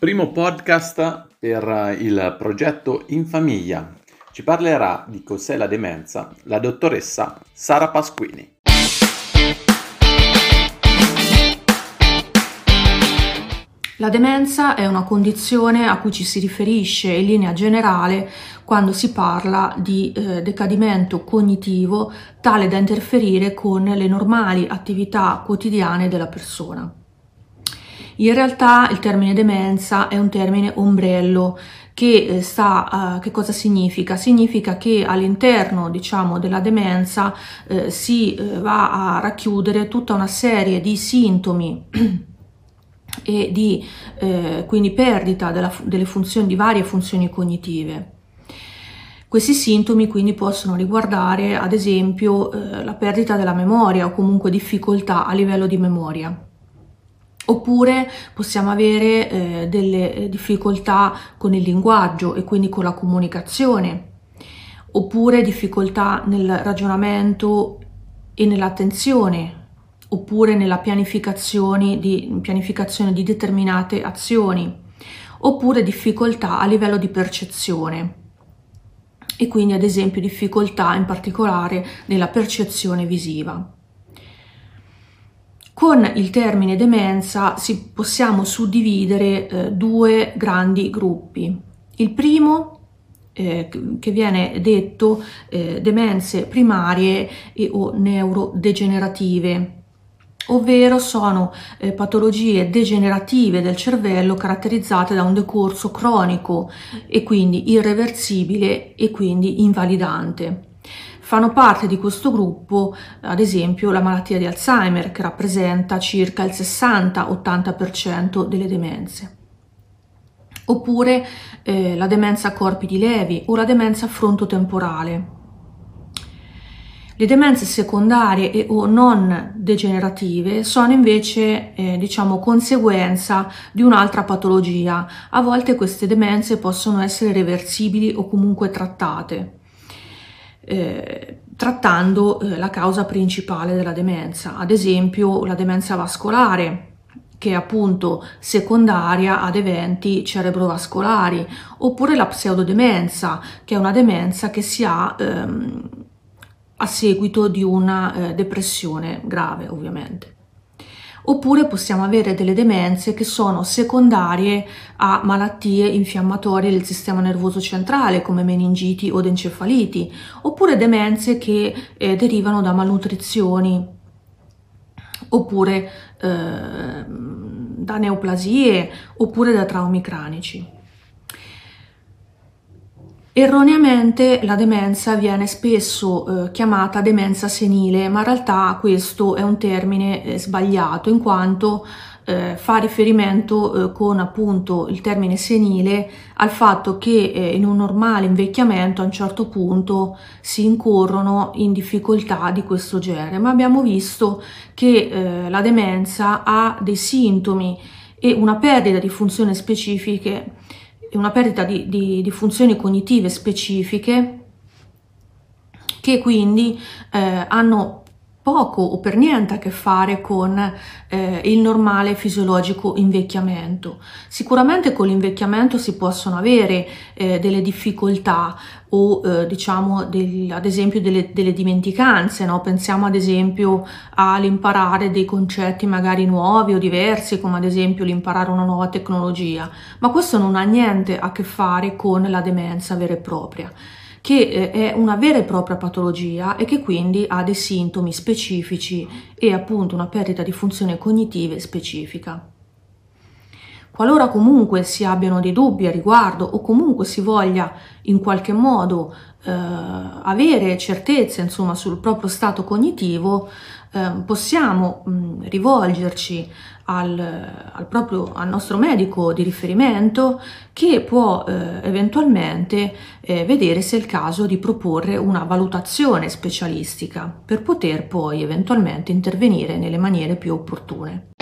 Primo podcast per il progetto In Famiglia. Ci parlerà di cos'è la demenza la dottoressa Sara Pasquini. La demenza è una condizione a cui ci si riferisce in linea generale quando si parla di decadimento cognitivo tale da interferire con le normali attività quotidiane della persona. In realtà il termine demenza è un termine ombrello che che cosa significa? Significa che all'interno, della demenza si va a racchiudere tutta una serie di sintomi e di quindi perdita delle funzioni, di varie funzioni cognitive. Questi sintomi quindi possono riguardare ad esempio la perdita della memoria o comunque difficoltà a livello di memoria. Oppure possiamo avere delle difficoltà con il linguaggio e quindi con la comunicazione, oppure difficoltà nel ragionamento e nell'attenzione, oppure nella pianificazione di determinate azioni, oppure difficoltà a livello di percezione e quindi ad esempio difficoltà in particolare nella percezione visiva. Con il termine demenza possiamo suddividere due grandi gruppi. Il primo che viene detto demenze primarie o neurodegenerative, ovvero sono patologie degenerative del cervello caratterizzate da un decorso cronico e quindi irreversibile e quindi invalidante. Fanno parte di questo gruppo, ad esempio, la malattia di Alzheimer, che rappresenta circa il 60-80% delle demenze. Oppure la demenza a corpi di Levi o la demenza frontotemporale. Le demenze secondarie o non degenerative sono invece conseguenza di un'altra patologia. A volte queste demenze possono essere reversibili o comunque trattate, trattando la causa principale della demenza, ad esempio la demenza vascolare, che è appunto secondaria ad eventi cerebrovascolari, oppure la pseudodemenza, che è una demenza che si ha a seguito di una depressione grave, ovviamente. Oppure possiamo avere delle demenze che sono secondarie a malattie infiammatorie del sistema nervoso centrale come meningiti o encefaliti, oppure demenze che derivano da malnutrizioni, oppure da neoplasie, oppure da traumi cranici. Erroneamente la demenza viene spesso chiamata demenza senile, ma in realtà questo è un termine sbagliato, in quanto fa riferimento con appunto il termine senile al fatto che in un normale invecchiamento a un certo punto si incorrono in difficoltà di questo genere, ma abbiamo visto che la demenza ha dei sintomi e una perdita di funzioni specifiche, una perdita di funzioni cognitive specifiche che quindi hanno poco o per niente a che fare con il normale fisiologico invecchiamento. Sicuramente con l'invecchiamento si possono avere delle difficoltà o ad esempio delle dimenticanze, no? Pensiamo ad esempio all'imparare dei concetti magari nuovi o diversi, come ad esempio l'imparare una nuova tecnologia, ma questo non ha niente a che fare con la demenza vera e propria, che è una vera e propria patologia e che quindi ha dei sintomi specifici e appunto una perdita di funzione cognitive specifica. Qualora comunque si abbiano dei dubbi a riguardo o comunque si voglia in qualche modo avere certezze insomma sul proprio stato cognitivo, possiamo rivolgerci al nostro medico di riferimento, che può eventualmente vedere se è il caso di proporre una valutazione specialistica per poter poi eventualmente intervenire nelle maniere più opportune.